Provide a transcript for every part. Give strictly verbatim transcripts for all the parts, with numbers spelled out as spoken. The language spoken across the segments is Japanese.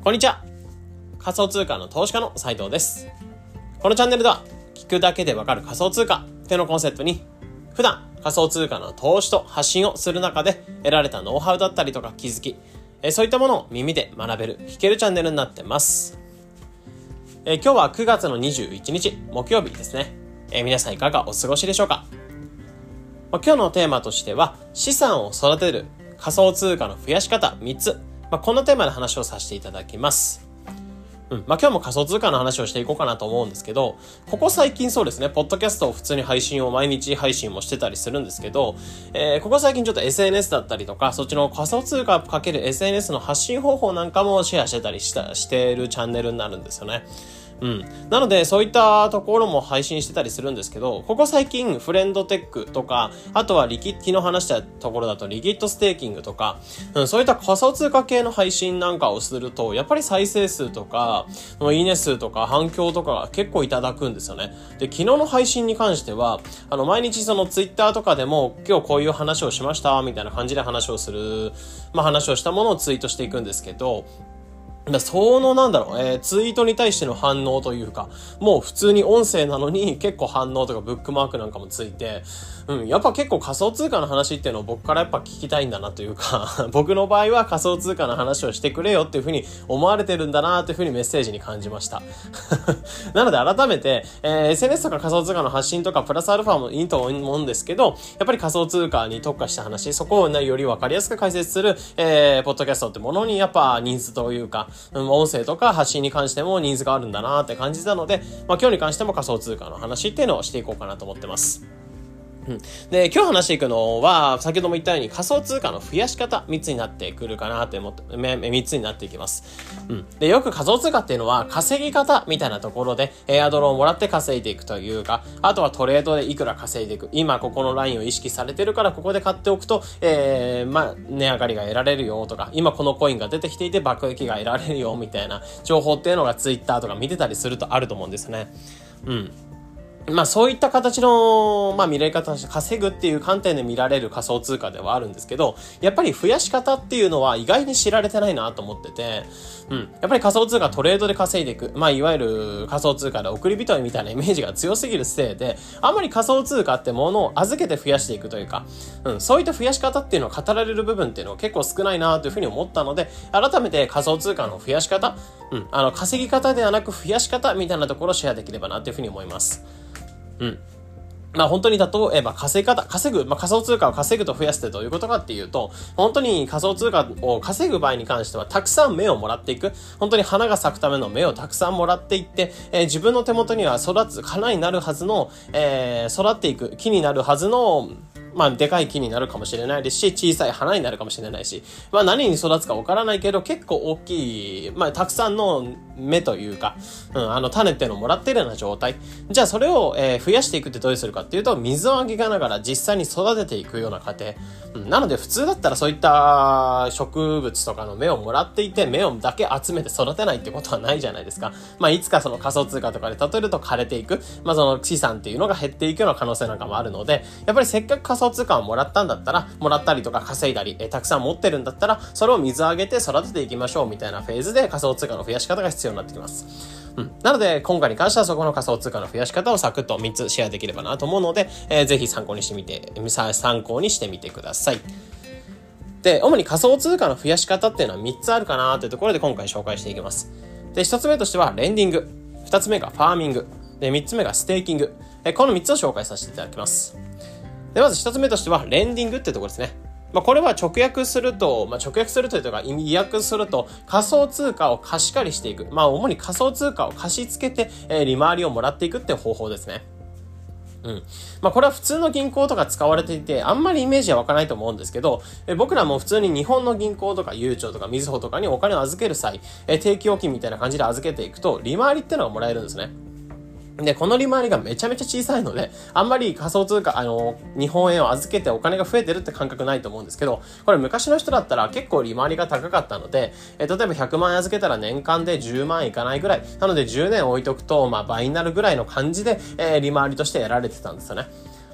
こんにちは。仮想通貨の投資家の斉藤です。このチャンネルでは聞くだけでわかる仮想通貨っていうのをコンセプトに、普段仮想通貨の投資と発信をする中で得られたノウハウだったりとか気づき、そういったものを耳で学べる聞けるチャンネルになってます。え今日はくがつのにじゅういちにち木曜日ですね。え皆さんいかがお過ごしでしょうか。まあ、今日のテーマとしては資産を育てる仮想通貨の増やし方みっつ、まあ、このテーマで話をさせていただきます。うんまあ、今日も仮想通貨の話をしていこうかなと思うんですけど、ここ最近そうですね、ポッドキャストを普通に配信を毎日配信もしてたりするんですけど、えー、ここ最近ちょっと エスエヌエス だったりとか、そっちの仮想通貨×エスエヌエス の発信方法なんかもシェアしてたりしたしているチャンネルになるんですよね。うん。なので、そういったところも配信してたりするんですけど、ここ最近、フレンドテックとか、あとはリキッ、昨日話したところだとリキッドステーキングとか、うん、そういった仮想通貨系の配信なんかをすると、やっぱり再生数とか、いいね数とか反響とかが結構いただくんですよね。で、昨日の配信に関しては、あの、毎日そのツイッターとかでも、今日こういう話をしました、みたいな感じで話をする、まあ話をしたものをツイートしていくんですけど、そのなんだろう、えー、ツイートに対しての反応というか、もう普通に音声なのに結構反応とかブックマークなんかもついて、うん、やっぱ結構仮想通貨の話っていうのを僕からやっぱ聞きたいんだなというか、僕の場合は仮想通貨の話をしてくれよっていうふうに思われてるんだなというふうにメッセージに感じました。なので改めて、えー、エスエヌエス とか仮想通貨の発信とかプラスアルファもいいと思うんですけど、やっぱり仮想通貨に特化した話、そこを、ね、よりわかりやすく解説する、えー、ポッドキャストってものにやっぱニーズというか、音声とか発信に関してもニーズがあるんだなって感じたので、まあ、今日に関しても仮想通貨の話っていうのをしていこうかなと思ってます。うん、で、今日話していくのは、先ほども言ったように仮想通貨の増やし方みっつになってくるかなって思って、みっつになっていきます。うん。で、よく仮想通貨っていうのは稼ぎ方みたいなところで、エアドロをもらって稼いでいくというか、あとはトレードでいくら稼いでいく。今ここのラインを意識されてるからここで買っておくと、えー、まあ、値上がりが得られるよとか、今このコインが出てきていて爆益が得られるよみたいな情報っていうのがツイッターとか見てたりするとあると思うんですね。うん。まあそういった形の、まあ見られ方として稼ぐっていう観点で見られる仮想通貨ではあるんですけど、やっぱり増やし方っていうのは意外に知られてないなと思ってて、うん。やっぱり仮想通貨トレードで稼いでいく。まあいわゆる仮想通貨で送り人みたいなイメージが強すぎるせいで、あんまり仮想通貨ってものを預けて増やしていくというか、うん。そういった増やし方っていうのを語られる部分っていうのは結構少ないなというふうに思ったので、改めて仮想通貨の増やし方、うん。あの稼ぎ方ではなく増やし方みたいなところをシェアできればなというふうに思います。うん。まあ本当に例えば稼ぎ方、稼ぐ、まあ仮想通貨を稼ぐと増やすってどういうことかっていうと、本当に仮想通貨を稼ぐ場合に関してはたくさん芽をもらっていく。本当に花が咲くための芽をたくさんもらっていって、えー、自分の手元には育つ、花になるはずの、えー、育っていく、木になるはずの、まあ、でかい木になるかもしれないですし、小さい花になるかもしれないし、まあ、何に育つかわからないけど、結構大きい、まあ、たくさんの芽というか、うん、あの、種っていうのをもらっているような状態。じゃあ、それを、えー、増やしていくってどうするかっていうと、水をあげながら実際に育てていくような過程。うん、なので、普通だったらそういった植物とかの芽をもらっていて、芽をだけ集めて育てないってことはないじゃないですか。まあ、いつかその仮想通貨とかで例えると枯れていく、まあ、その資産っていうのが減っていくような可能性なんかもあるので、やっぱりせっかく仮想仮想通貨をもらったんだったら、もらったりとか稼いだり、えー、たくさん持ってるんだったら、それを水あげて育てていきましょうみたいなフェーズで仮想通貨の増やし方が必要になってきます。うん。なので、今回に関してはそこの仮想通貨の増やし方をサクッとみっつシェアできればなと思うので、えー、ぜひ参考にしてみて、参考にしてみてください。で、主に仮想通貨の増やし方っていうのはみっつあるかなというところで今回紹介していきます。で、ひとつめとしてはレンディング。ふたつめがファーミング。で、みっつめがステーキング。えー、このみっつを紹介させていただきます。で、まず一つ目としては、レンディングってところですね。まあ、これは直訳すると、まあ、直訳するというか、意訳すると、仮想通貨を貸し借りしていく。まあ、主に仮想通貨を貸し付けて、えー、利回りをもらっていくっていう方法ですね。うん。まあ、これは普通の銀行とか使われていて、あんまりイメージは湧かないと思うんですけど、え僕らも普通に日本の銀行とか、ゆうちょとか、みずほとかにお金を預ける際、え定期預金みたいな感じで預けていくと、利回りっていうのがもらえるんですね。で、この利回りがめちゃめちゃ小さいので、あんまり仮想通貨、あの、日本円を預けてお金が増えてるって感覚ないと思うんですけど、これ昔の人だったら結構利回りが高かったので、え例えばひゃくまん円預けたら年間でじゅうまんいかないぐらい。なのでじゅうねん置いとくと、まあ倍になるぐらいの感じで、えー、利回りとして得られてたんですよね。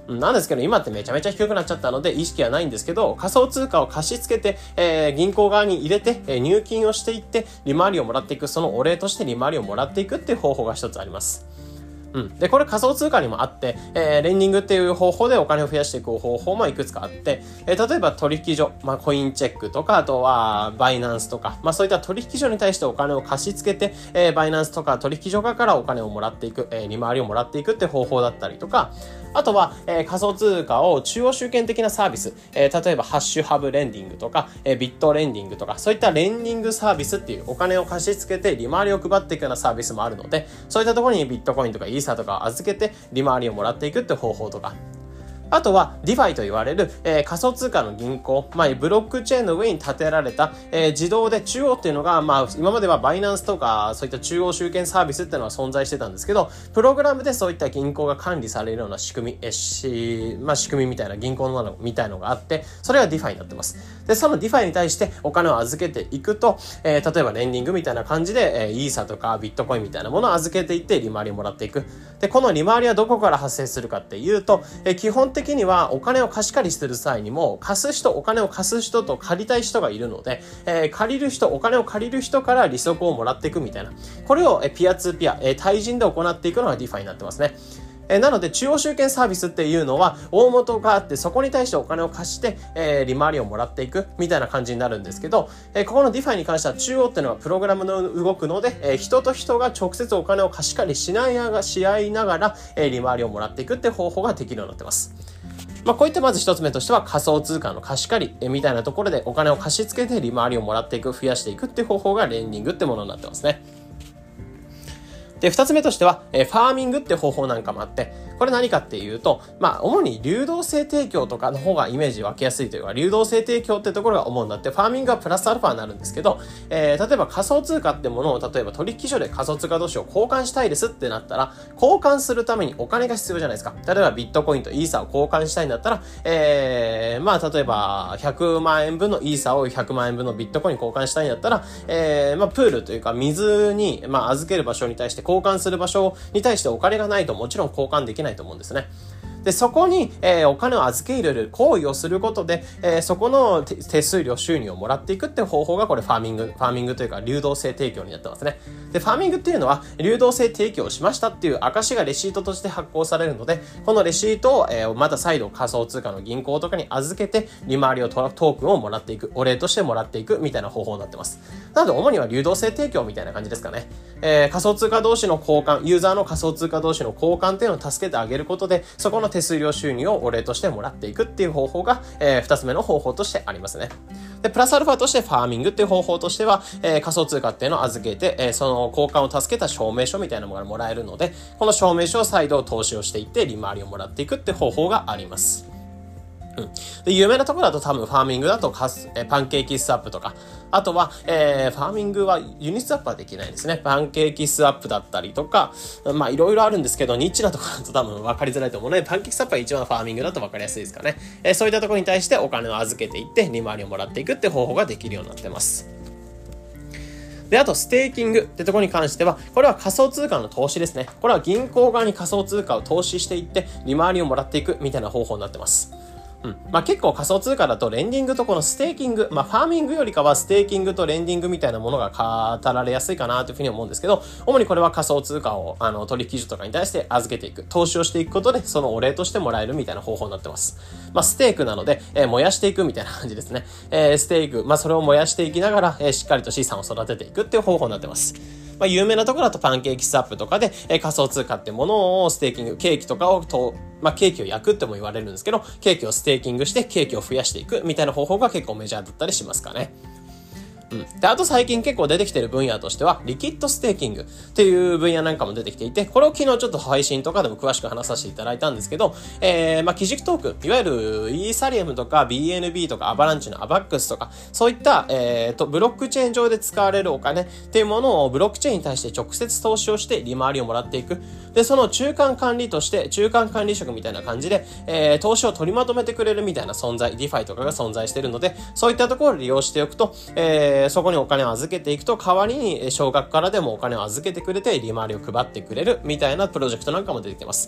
なんですけど、今ってめちゃめちゃ低くなっちゃったので、意識はないんですけど、仮想通貨を貸し付けて、えー、銀行側に入れて、えー、入金をしていって、利回りをもらっていく、そのお礼として利回りをもらっていくっていう方法が一つあります。うん。で、これ仮想通貨にもあって、えー、レンディングっていう方法でお金を増やしていく方法もいくつかあって、えー、例えば取引所、まあ、コインチェックとか、あとは、バイナンスとか、まあ、そういった取引所に対してお金を貸し付けて、えー、バイナンスとか取引所側からお金をもらっていく、えー、利回りをもらっていくって方法だったりとか、あとは、えー、仮想通貨を中央集権的なサービス、えー、例えばハッシュハブレンディングとか、えー、ビットレンディングとか、そういったレンディングサービスっていうお金を貸し付けて利回りを配っていくようなサービスもあるので、そういったところにビットコインとかイーサとかを預けて利回りをもらっていくって方法とか、あとは ディファイ と言われる、えー、仮想通貨の銀行、まあ、ブロックチェーンの上に建てられた、えー、自動で中央っていうのが、まあ、今まではバイナンスとかそういった中央集権サービスっていうのは存在してたんですけど、プログラムでそういった銀行が管理されるような仕組み、えーしまあ、仕組みみたいな銀行のみたいのがあって、それが ディファイ になってます。で、その ディファイ に対してお金を預けていくと、えー、例えばレンディングみたいな感じで、えー、イーサとかビットコインみたいなものを預けていって利回りをもらっていく。で、この利回りはどこから発生するかっていうと、えー、基本的にはお金を貸し借りする際にも、貸す人、お金を貸す人と借りたい人がいるので、えー、借りる人、お金を借りる人から利息をもらっていくみたいな。これを、えー、ピアツーピア、えー、対人で行っていくのが ディファイ になってますね。えー、なので、中央集権サービスっていうのは、大元があって、そこに対してお金を貸して、えー、利回りをもらっていく、みたいな感じになるんですけど、えー、ここの ディファイ に関しては、中央っていうのはプログラムの動くので、えー、人と人が直接お金を貸し借りしないが、し合いながら、えー、利回りをもらっていくって方法ができるようになってます。まあ、こういったまず一つ目としては仮想通貨の貸し借りみたいなところでお金を貸し付けて利回りをもらっていく、増やしていくっていう方法がレンディングってものになってますね。で、二つ目としては、えー、ファーミングって方法なんかもあって、これ何かっていうと、まあ、主に流動性提供とかの方がイメージ湧きやすいというか、流動性提供ってところが主になって、ファーミングはプラスアルファになるんですけど、えー、例えば仮想通貨ってものを、例えば取引所で仮想通貨同士を交換したいですってなったら、交換するためにお金が必要じゃないですか。例えばビットコインとイーサを交換したいんだったら、えー、まあ、例えばひゃくまんえんぶんのイーサをひゃくまんえんぶんのビットコインに交換したいんだったら、えー、まあ、プールというか水に、まあ、預ける場所に対して交換する場所に対してお金がないともちろん交換できないと思うんですね。で、そこに、えー、お金を預け入れる行為をすることで、えー、そこの手数料収入をもらっていくっていう方法がこれファーミング、ファーミングというか流動性提供になってますね。で、ファーミングっていうのは流動性提供をしましたっていう証がレシートとして発行されるので、このレシートを、えー、また再度仮想通貨の銀行とかに預けて利回りをトークンをもらっていく、お礼としてもらっていくみたいな方法になってます。なので主には流動性提供みたいな感じですかね。えー、仮想通貨同士の交換、ユーザーの仮想通貨同士の交換っていうのを助けてあげることで、そこの手数料収入をお礼としてもらっていくっていう方法が、えー、二つ目の方法としてありますね。で、プラスアルファとしてファーミングっていう方法としては、えー、仮想通貨っていうのを預けて、えー、その交換を助けた証明書みたいなものがもらえるので、この証明書を再度投資をしていって利回りをもらっていくって方法があります。うん、で、有名なところだと多分ファーミングだとカス、えパンケーキスワップとか、あとは、えー、ファーミングはユニスワップはできないですね。パンケーキスワップだったりとか、まあいろいろあるんですけど、ニッチなところだと多分分かりづらいと思うので、パンケーキスワップは一番ファーミングだと分かりやすいですかね。えー、そういったところに対してお金を預けていって利回りをもらっていくって方法ができるようになってます。で、あと、ステーキングってところに関しては、これは仮想通貨の投資ですね。これは銀行側に仮想通貨を投資していって、利回りをもらっていくみたいな方法になってます。うん。まあ結構仮想通貨だとレンディングとこのステーキング、まあファーミングよりかはステーキングとレンディングみたいなものが語られやすいかなというふうに思うんですけど、主にこれは仮想通貨をあの取引所とかに対して預けていく、投資をしていくことでそのお礼としてもらえるみたいな方法になってます。まあステークなので、えー、燃やしていくみたいな感じですね。えー、ステーク、まあそれを燃やしていきながら、えー、しっかりと資産を育てていくっていう方法になってます。まあ、有名なところだとパンケーキスワップとかで、えー、仮想通貨ってものをステーキング、ケーキとかをと、まあ、ケーキを焼くっても言われるんですけど、ケーキをステーキングしてケーキを増やしていくみたいな方法が結構メジャーだったりしますかね。うん。で、あと最近結構出てきてる分野としては、リキッドステーキングっていう分野なんかも出てきていて、これを昨日ちょっと配信とかでも詳しく話させていただいたんですけど、えー、まあ、基軸トークン、いわゆるイーサリアムとか ビーエヌビー とかアバランチのアバックスとか、そういった、えーと、ブロックチェーン上で使われるお金っていうものをブロックチェーンに対して直接投資をして利回りをもらっていく。で、その中間管理として、中間管理職みたいな感じで、えー、投資を取りまとめてくれるみたいな存在、ディファイ とかが存在しているので、そういったところを利用しておくと、えー、そこにお金を預けていくと、代わりに少額からでもお金を預けてくれて利回りを配ってくれるみたいなプロジェクトなんかも出てきてます。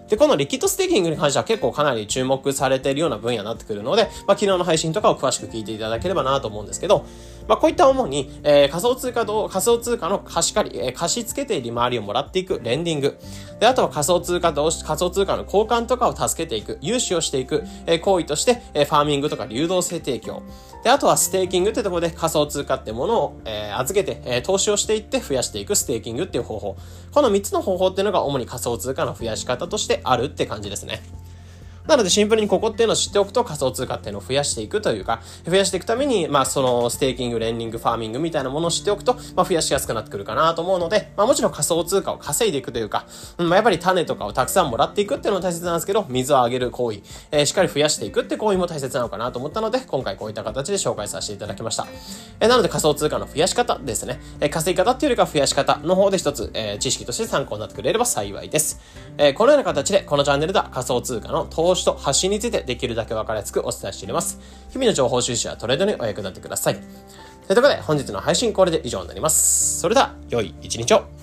で、このリキッドステーキングに関しては結構かなり注目されているような分野になってくるので、まあ、昨日の配信とかを詳しく聞いていただければなと思うんですけど、まあ、こういった主に、えー、仮想通貨と、仮想通貨の貸し借り、えー、貸し付けて利回りをもらっていくレンディング。で、あとは仮想通貨と、仮想通貨の交換とかを助けていく、融資をしていく、えー、行為として、えー、ファーミングとか流動性提供。で、あとはステーキングってところで仮想通貨ってものを、えー、預けて、えー、投資をしていって増やしていくステーキングっていう方法。このみっつの方法っていうのが主に仮想通貨の増やし方としてあるって感じですね。なのでシンプルにここっていうのを知っておくと仮想通貨っていうのを増やしていくというか、増やしていくために、まあそのステーキング、レンディング、ファーミングみたいなものを知っておくと、まあ増やしやすくなってくるかなと思うので、まあもちろん仮想通貨を稼いでいくというか、うん、まあやっぱり種とかをたくさんもらっていくっていうのも大切なんですけど、水をあげる行為、えー、しっかり増やしていくって行為も大切なのかなと思ったので、今回こういった形で紹介させていただきました。えー、なので仮想通貨の増やし方ですね。えー、稼ぎ方っていうよりか増やし方の方で一つ、えー、知識として参考になってくれれば幸いです。えー、このような形でこのチャンネルでは仮想通貨の投資と発信についてできるだけ分かりやすくお伝えしております。日々の情報収集やトレードにお役立てください。ということで本日の配信これで以上になります。それでは良い一日を。